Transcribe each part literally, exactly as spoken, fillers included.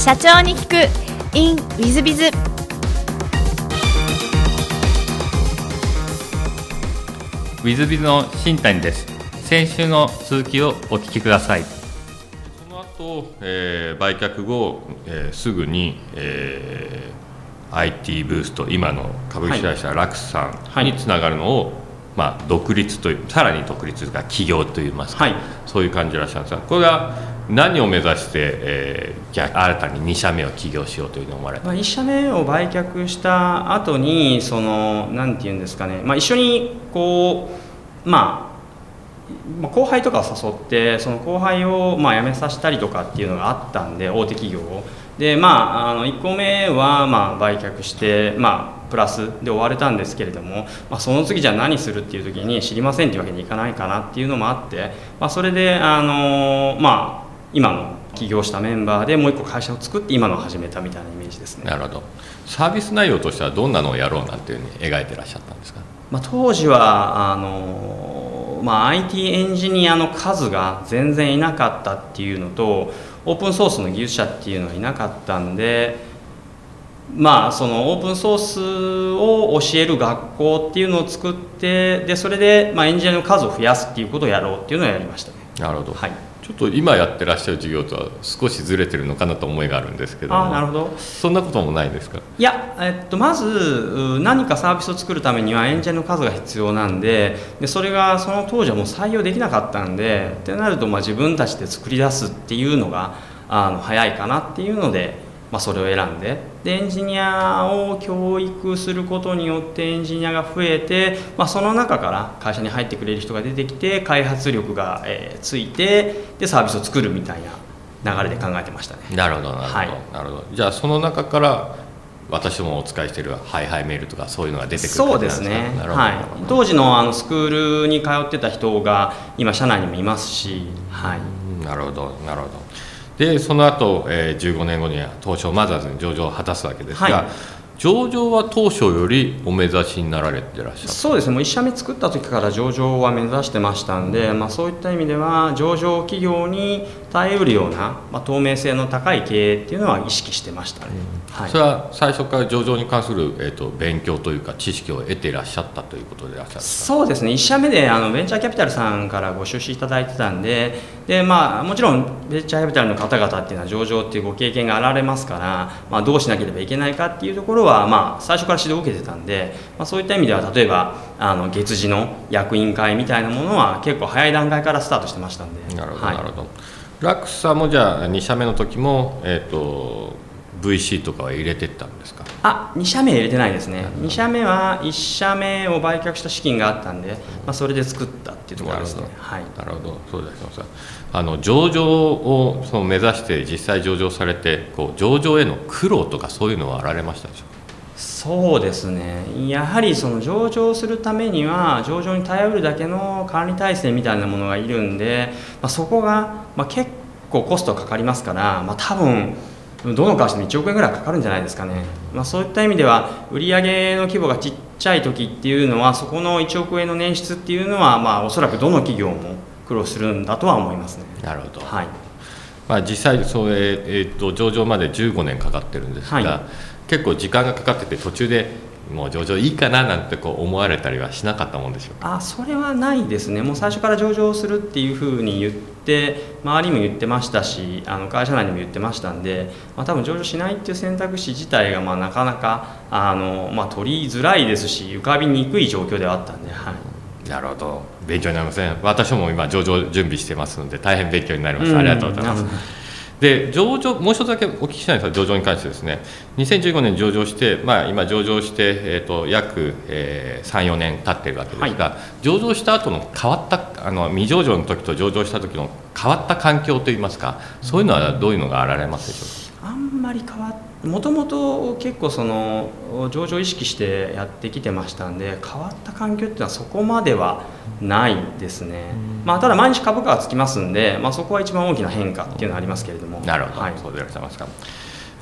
社長に聞く in ウィズビズ。 ウィズビズの新谷です。先週の続きをお聞きください。その後、えー、売却後、えー、すぐに、えー、アイティー ブースト、今の株式会社ラクスさんにつながるのを、はい、まあ、独立という、さらに独立が起業といいますか、はい、そういう感じでいらっしゃるんですが、これが何を目指して、えー、新たにに社目を起業しようというふうに思われた。 まあ、いち社目を売却した後にそのなんていうんですかね、まあ、一緒にこう、まあ、後輩とかを誘ってその後輩をまあ辞めさせたりとかっていうのがあったんで、大手企業をで、まあ、あのいっこめはまあ売却して、まあ、プラスで終われたんですけれども、まあ、その次じゃあ何するっていう時に知りませんっていうわけにいかないかなっていうのもあって、まあ、それであの、まあ、今の起業したメンバーでもう一個会社を作って今のを始めたみたいなイメージですね。 なるほど。サービス内容としてはどんなのをやろうなんていうふうに描いてらっしゃったんですか。 まあ、当時はあの、まあ、アイティー エンジニアの数が全然いなかったっていうのと、オープンソースの技術者っていうのはいなかったんで、まあ、そのオープンソースを教える学校っていうのを作って、でそれでまあエンジニアの数を増やすっていうことをやろうっていうのをやりましたね。 なるほど、 はい、 ちょっと今やってらっしゃる授業とは少しずれてるのかなと思いがあるんですけども。 あ、なるほど。 そんなこともないですか。 いや、えっと、まず何かサービスを作るためにはエンジニアの数が必要なんで、でそれがその当時はもう採用できなかったんで、ってなるとまあ自分たちで作り出すっていうのがあの早いかなっていうので、まあ、それを選んで、でエンジニアを教育することによってエンジニアが増えて、まあ、その中から会社に入ってくれる人が出てきて、開発力が、えー、ついて、でサービスを作るみたいな流れで考えてましたね。 なるほどなるほど、はい、なるほど。じゃあその中から私もお使いしているハイハイメールとかそういうのが出てくるそうですね、はい、当時 の, あのスクールに通ってた人が今社内にもいますし、はい、 なるほどなるほど。でその後、えー、じゅうごねんごには東証マザーズに上場を果たすわけですが、はい、上場は当初よりお目指しになられてらっしゃる。 そうですね、もういち社目作った時から上場は目指してましたんで、まあ、そういった意味では上場企業に耐えうるような、まあ、透明性の高い経営っていうのは意識してましたね、 うん、はい、それは最初から上場に関する、えーと、勉強というか知識を得ていらっしゃったということでいらっしゃるんですか。 そうですね、いち社目であのベンチャーキャピタルさんからご出資いただいてたんで、で、まあ、もちろんベンチャーキャピタルの方々っていうのは上場っていうご経験があられますから、まあ、どうしなければいけないかっていうところは、まあ、最初から指導を受けてたんで、まあ、そういった意味では例えばあの月次の役員会みたいなものは結構早い段階からスタートしてましたんで。 なるほど、 はい、 なるほど。ラクスさんもじゃあに社目の時も、えーと、ブイシー とかは入れてったんですか。 あ、に社目入れてないですね。に社目はいち社目を売却した資金があったんで、まあ、それで作ったっていうところですね。 なるほど、はい、なるほど。そうですね。あの上場をその目指して実際上場されて、こう上場への苦労とかそういうのはあられましたでしょうか。 そうですね、やはりその上場するためには上場に頼るだけの管理体制みたいなものがいるんで、まあ、そこが、まあ、結構コストかかりますから、まあ、多分どの会社でもいちおくえんぐらいかかるんじゃないですかね。まあ、そういった意味では売上の規模がちっちゃい時っていうのはそこのいちおくえんの捻出っていうのは、まあ、おそらくどの企業も苦労するんだとは思いますね。 なるほど、 はい、 まあ、実際それ、えー、と上場までじゅうごねんかかってるんですが、はい、結構時間がかかってて途中でもう上場いいかななんてこう思われたりはしなかったもんでしょうか。 あ、それはないですね。もう最初から上場するっていうふうに言って周りも言ってましたし、あの会社内にも言ってましたんで、まあ、多分上場しないっていう選択肢自体がまあなかなかあの、まあ、取りづらいですし浮かびにくい状況ではあったんで、はい、 なるほど、勉強になりません。私も今上場準備してますので大変勉強になります。ありがとうございます。で上場もう一つだけお聞きしたいんですが、上場に関してですね、にせんじゅうごねん上場して、まあ、今上場して、えー、と約、えー、さん、よねん経っているわけですが、はい、上場した後の変わったあの未上場の時と上場した時の変わった環境といいますか、そういうのはどういうのがあられますでしょうか。 あんまり変わっもともと結構その上場を意識してやってきてましたんで、変わった環境っていうのはそこまではないですね。まあ、ただ毎日株価がつきますんで、まあ、そこは一番大きな変化っていうのはありますけれども。 なるほど、 はい、 そうでいらっしゃいますか。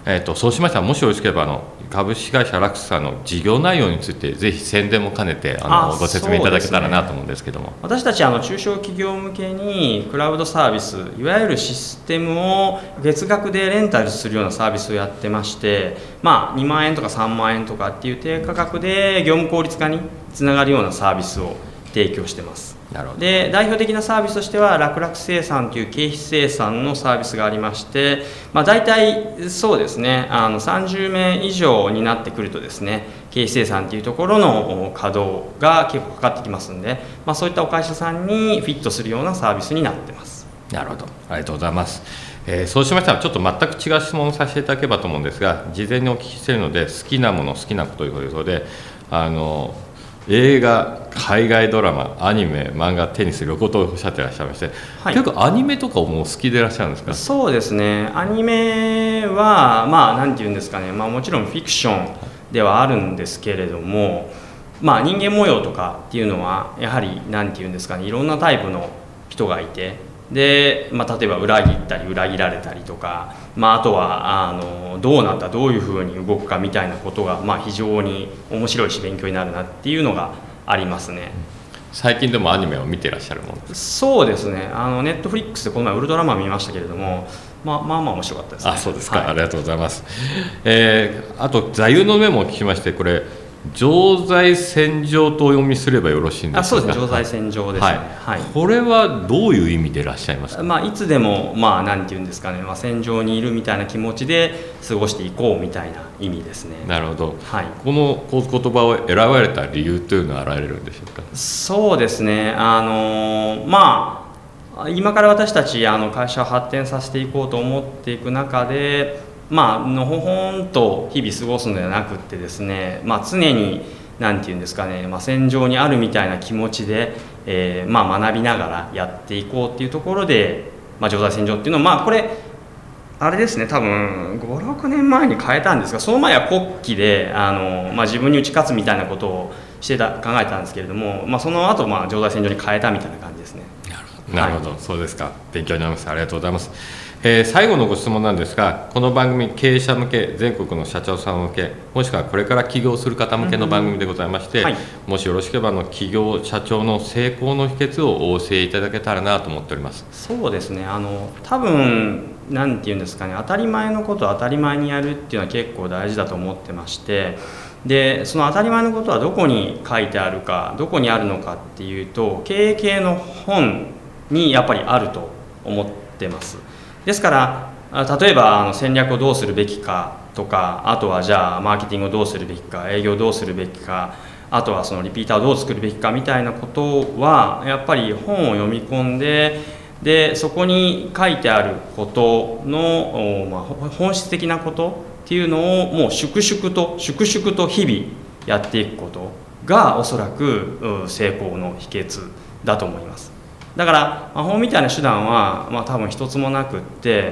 えー、とそうしましたらもしよろしければあの株式会社ラクスさんの事業内容についてぜひ宣伝も兼ねてあのあご説明いただけたらなと思うんですけども。 私たちあの中小企業向けにクラウドサービス、いわゆるシステムを月額でレンタルするようなサービスをやってまして、まあ、にまんえんとかさんまんえんとかっていう低価格で業務効率化につながるようなサービスを提供してます。 なるほど。 で代表的なサービスとしては楽々生産という経費生産のサービスがありまして、まあ、大体そうですねあのさんじゅうめい以上になってくるとですね経費生産というところの稼働が結構かかってきますので、まあ、そういったお会社さんにフィットするようなサービスになってます。 なるほど、ありがとうございます。えー、そうしましたらちょっと全く違う質問をさせていただければと思うんですが、事前にお聞きしているので好きなもの好きなことということであの映画、海外ドラマ、アニメ、漫画、テニス、旅行とおっしゃってらっしゃいまして、はい、結構アニメとかも好きでいらっしゃるんですか？ そうですね、アニメはまあ何て言うんですかね、まあ、もちろんフィクションではあるんですけれども、まあ、人間模様とかっていうのはやはり何て言うんですかね、いろんなタイプの人がいて、で、まあ、例えば裏切ったり裏切られたりとか、まあ、あとはあのどうなったどういうふうに動くかみたいなことが、まあ、非常に面白いし勉強になるなっていうのがありますね。 最近でもアニメを見てらっしゃるものですか？ そうですね、あのネットフリックスでこの前ウルトラマン見ましたけれども、まあ、まあまあ面白かったですね。 あ、そうですか、はい、ありがとうございます。えー、あと座右の銘も聞きまして、これ常在戦場とお読みすればよろしいんですか？ あ、そうですね、常在戦場ですね、 はいはい、 これはどういう意味でいらっしゃいますか？ まあ、いつでも、まあ、なんていうんですかね、まあ、戦場にいるみたいな気持ちで過ごしていこうみたいな意味ですね。 なるほど、 はい、 この言葉を選ばれた理由というのは現れるんでしょうか？そうですね、あのまあ今から私たちあの会社を発展させていこうと思っていく中で、まあのほほんと日々過ごすのではなくってですね、まあ、常になんていうんですかね、まあ、戦場にあるみたいな気持ちで、えーまあ、学びながらやっていこうっていうところで、まあ、常在戦場っていうのは、まあ、これあれですね、多分ごろくねんまえに変えたんですが、その前は国旗であの、まあ、自分に打ち勝つみたいなことをしてた考えたんですけれども、まあ、その後、まあ常在戦場に変えたみたいな感じですね。 なるほど、はい、そうですか、勉強になります。ありがとうございます。えー、最後のご質問なんですが、この番組経営者向け、全国の社長さん向け、もしくはこれから起業する方向けの番組でございまして、はい、もしよろしければあの起業社長の成功の秘訣をお教えいただけたらなと思っております。 そうですね、あの多分なんていうんですかね、当たり前のことを当たり前にやるっていうのは結構大事だと思ってまして、でその当たり前のことはどこに書いてあるか、どこにあるのかっていうと、経営系の本にやっぱりあると思ってます。ですから例えばあの戦略をどうするべきかとか、あとはじゃあマーケティングをどうするべきか、営業をどうするべきか、あとはそのリピーターをどう作るべきかみたいなことはやっぱり本を読み込んで、でそこに書いてあることの、まあ、本質的なことっていうのをもう粛々と粛々と日々やっていくことがおそらく成功の秘訣だと思います。だから、まあ、本みたいな手段は、まあ、多分一つもなくって、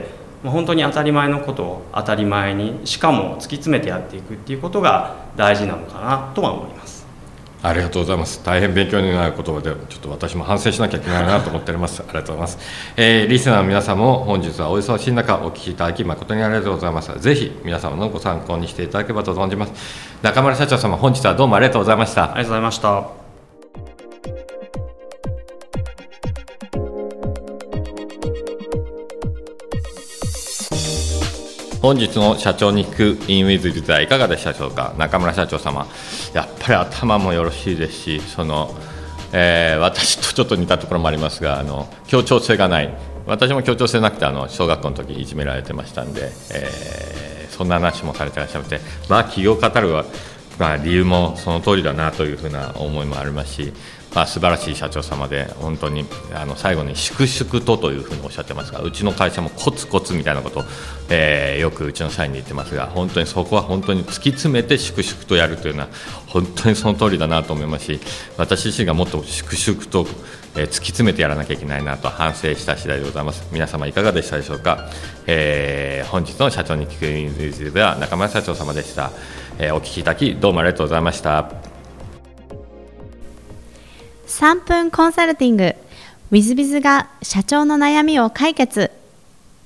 まあ、本当に当たり前のことを当たり前に、しかも突き詰めてやっていくっていうことが大事なのかなとは思います。 ありがとうございます。大変勉強になる言葉で、ちょっと私も反省しなきゃいけないなと思っております。ありがとうございます。えー、リスナーの皆さんも本日はお忙しい中お聞きいただき誠にありがとうございます。ぜひ皆様のご参考にしていただければと存じます。中村社長様、本日はどうもありがとうございました。ありがとうございました。 本日の社長に聞く インウィズビズはいかがでしたでしょうか。中村社長様、やっぱり頭もよろしいですし、その、えー、私とちょっと似たところもありますが、あの協調性がない、私も協調性なくてあの小学校の時いじめられてましたんで、えー、そんな話もされていらっしゃって、まあ起業を語るは、まあ、理由もその通りだなというふうな思いもありますし、まあ、素晴らしい社長様で、本当にあの最後に粛々とというふうにおっしゃってますが、うちの会社もコツコツみたいなことを、えー、よくうちの社員に言ってますが、本当にそこは本当に突き詰めて粛々とやるというのは本当にその通りだなと思いますし、私自身がもっと粛々と、えー、突き詰めてやらなきゃいけないなと反省した次第でございます。皆様いかがでしたでしょうか。えー、本日の社長に聞くインウィズビズでは中村社長様でした。えー、お聞きいただきどうもありがとうございました。 さんぷんコンサルティング ウィズビズ が社長の悩みを解決。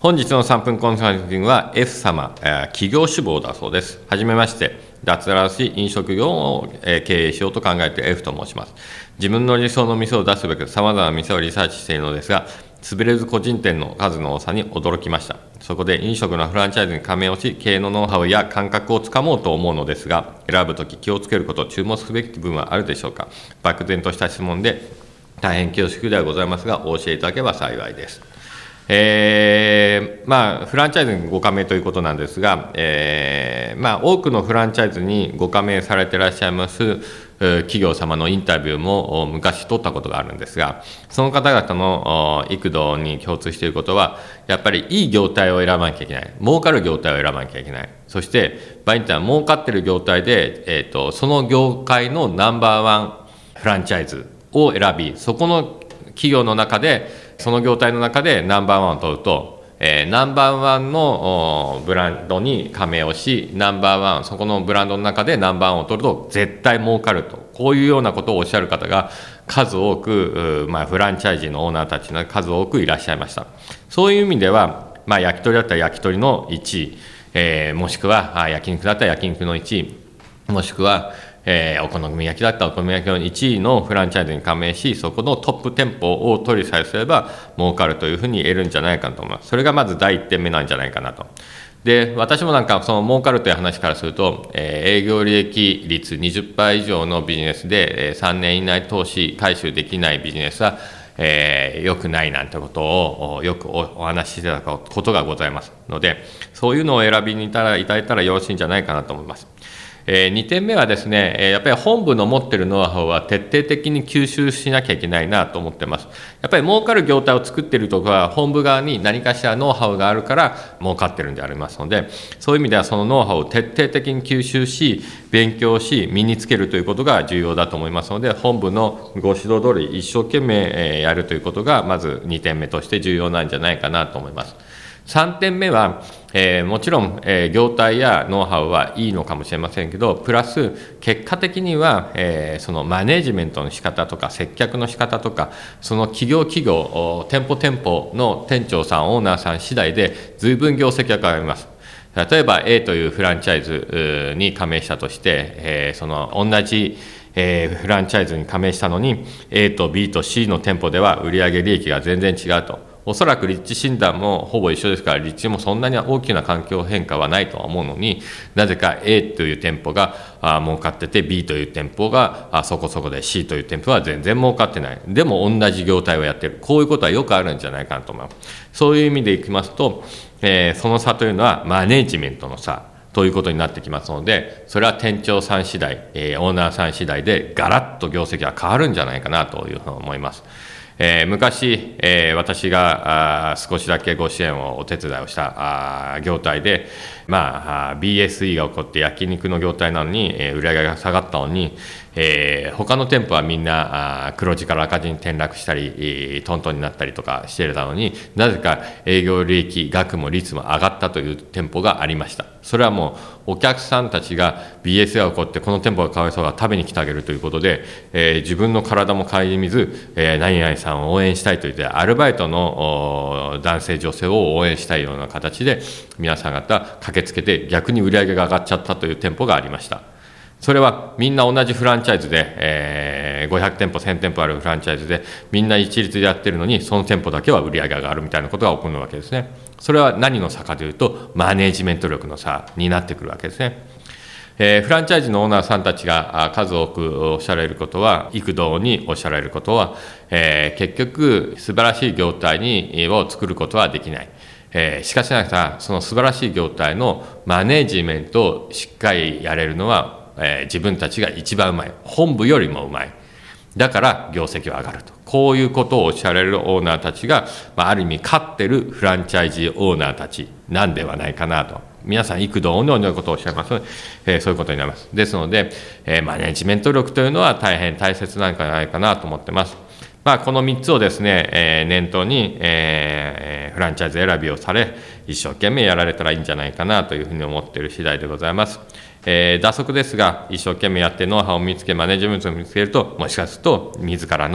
本日のさんぷんコンサルティングは F 様、えー、企業志望だそうです。はじめまして、脱サラし飲食業を、えー、経営しようと考えている F と申します。自分の理想の店を出すべくさまざまな店をリサーチしているのですが、潰れず個人店の数の多さに驚きました。そこで飲食のフランチャイズに加盟をし、経営のノウハウや感覚をつかもうと思うのですが、選ぶとき気をつけること、注目すべき部分はあるでしょうか。漠然とした質問で大変恐縮ではございますが、お教えいただければ幸いです。えーまあ、フランチャイズにご加盟ということなんですが、えーまあ、多くのフランチャイズにご加盟されていらっしゃいます企業様のインタビューも昔取ったことがあるんですが、その方々の幾度に共通していることは、やっぱりいい業態を選ばなきゃいけない、儲かる業態を選ばなきゃいけない、そして場合によっては儲かっている業態で、えーと、その業界のナンバーワンフランチャイズを選び、そこの企業の中でその業態の中でナンバーワンを取ると、えー、ナンバーワンのブランドに加盟をし、ナンバーワン、そこのブランドの中でナンバーワンを取ると絶対儲かると、こういうようなことをおっしゃる方が数多く、まあ、フランチャイズのオーナーたちの数多くいらっしゃいました。そういう意味では、まあ、焼き鳥だったら焼き鳥のいちい、えー、もしくは焼肉だったら焼肉のいちい、もしくはえー、お好み焼きだったらお好み焼きのいちいのフランチャイズに加盟し、そこのトップ店舗を取りさえすれば儲かるというふうに言えるんじゃないかと思います。それがまず第一点目なんじゃないかなと。で、私もなんかその儲かるという話からすると、えー、営業利益率 にじゅっパーセント 以上のビジネスで、えー、さんねん以内投資回収できないビジネスはえー、良くないなんてことをよく お, お話ししてたことがございますので、そういうのを選びにいただいたらよろしいんじゃないかなと思います。えー、にてんめはですね、やっぱり本部の持っているノウハウは徹底的に吸収しなきゃいけないなと思ってます。やっぱり儲かる業態を作っているところは本部側に何かしらノウハウがあるから儲かってるんでありますので、そういう意味ではそのノウハウを徹底的に吸収し、勉強し、身につけるということが重要だと思いますので、本部のご指導通り一生懸命やるということがまずにてんめとして重要なんじゃないかなと思います。さんてんめは、えー、もちろん、えー、業態やノウハウはいいのかもしれませんけど、プラス結果的には、えー、そのマネジメントの仕方とか接客の仕方とか、その企業企業店舗店舗の店長さんオーナーさん次第で随分業績が変わります。例えば A というフランチャイズに加盟したとして、えー、その同じえー、フランチャイズに加盟したのに A と B と C の店舗では売上利益が全然違うと。おそらく立地診断もほぼ一緒ですから、立地もそんなに大きな環境変化はないとは思うのに、なぜか A という店舗があ儲かってて B という店舗があそこそこで C という店舗は全然儲かってない。でも同じ業態をやってる。こういうことはよくあるんじゃないかなと思います。そういう意味でいきますと、えー、その差というのはマネジメントの差ということになってきますので、それは店長さん次第、えー、オーナーさん次第でガラッと業績が変わるんじゃないかなというふうに思います。えー、昔、えー、私が少しだけご支援をお手伝いをした業態で、まあ、ビーエスイー が起こって焼肉の業態なのに、えー、売上が下がったのに、えー、他の店舗はみんな黒字から赤字に転落したりトントンになったりとかしてたのに、なぜか営業利益額も率も上がったという店舗がありました。それはもうお客さんたちが ビーエス が起こってこの店舗がかわいそうだ食べに来てあげるということで、えー、自分の体も顧みず、えー、何々さんを応援したいといってアルバイトの男性女性を応援したいような形で皆さん方駆けつけて逆に売り上げが上がっちゃったという店舗がありました。それはみんな同じフランチャイズで、えー、ごひゃくてんぽせんてんぽあるフランチャイズでみんな一律でやってるのに、その店舗だけは売り上げが上がるみたいなことが起こるわけですね。それは何の差かというとマネジメント力の差になってくるわけですね。えー、フランチャイズのオーナーさんたちが数多くおっしゃられることは、幾度におっしゃられることは、えー、結局素晴らしい業態にを作ることはできない。えー、しかしながらその素晴らしい業態のマネジメントをしっかりやれるのは、えー、自分たちが一番うまい。本部よりもうまい。だから業績は上がると。こういうことをおっしゃられるオーナーたちが、まあ、ある意味勝ってるフランチャイズオーナーたちなんではないかなと。皆さん幾度おのおのことをおっしゃいますので、えー、そういうことになります。ですので、えー、マネジメント力というのは大変大切なんじゃないかなと思ってます。まあ、このみっつをですね、えー、念頭に、えー、フランチャイズ選びをされ、一生懸命やられたらいいんじゃないかなというふうに思っている次第でございます。えー、打足ですが、一生懸命やってノウハウを見つけ、マネジメントを見つけると、もしかすると自らの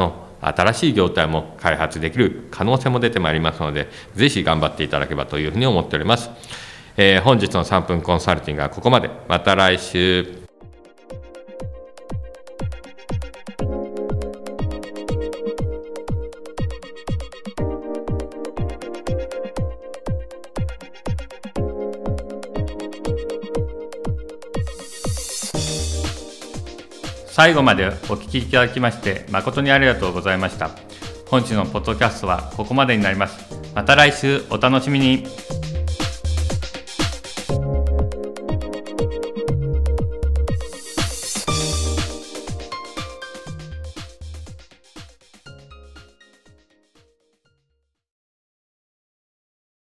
新しい業態も開発できる可能性も出てまいりますので、ぜひ頑張っていただければというふうに思っております。えー、本日のさんぷんコンサルティングはここまで。また来週。最後までお聞きいただきまして誠にありがとうございました。本日のポッドキャストはここまでになります。また来週お楽しみに。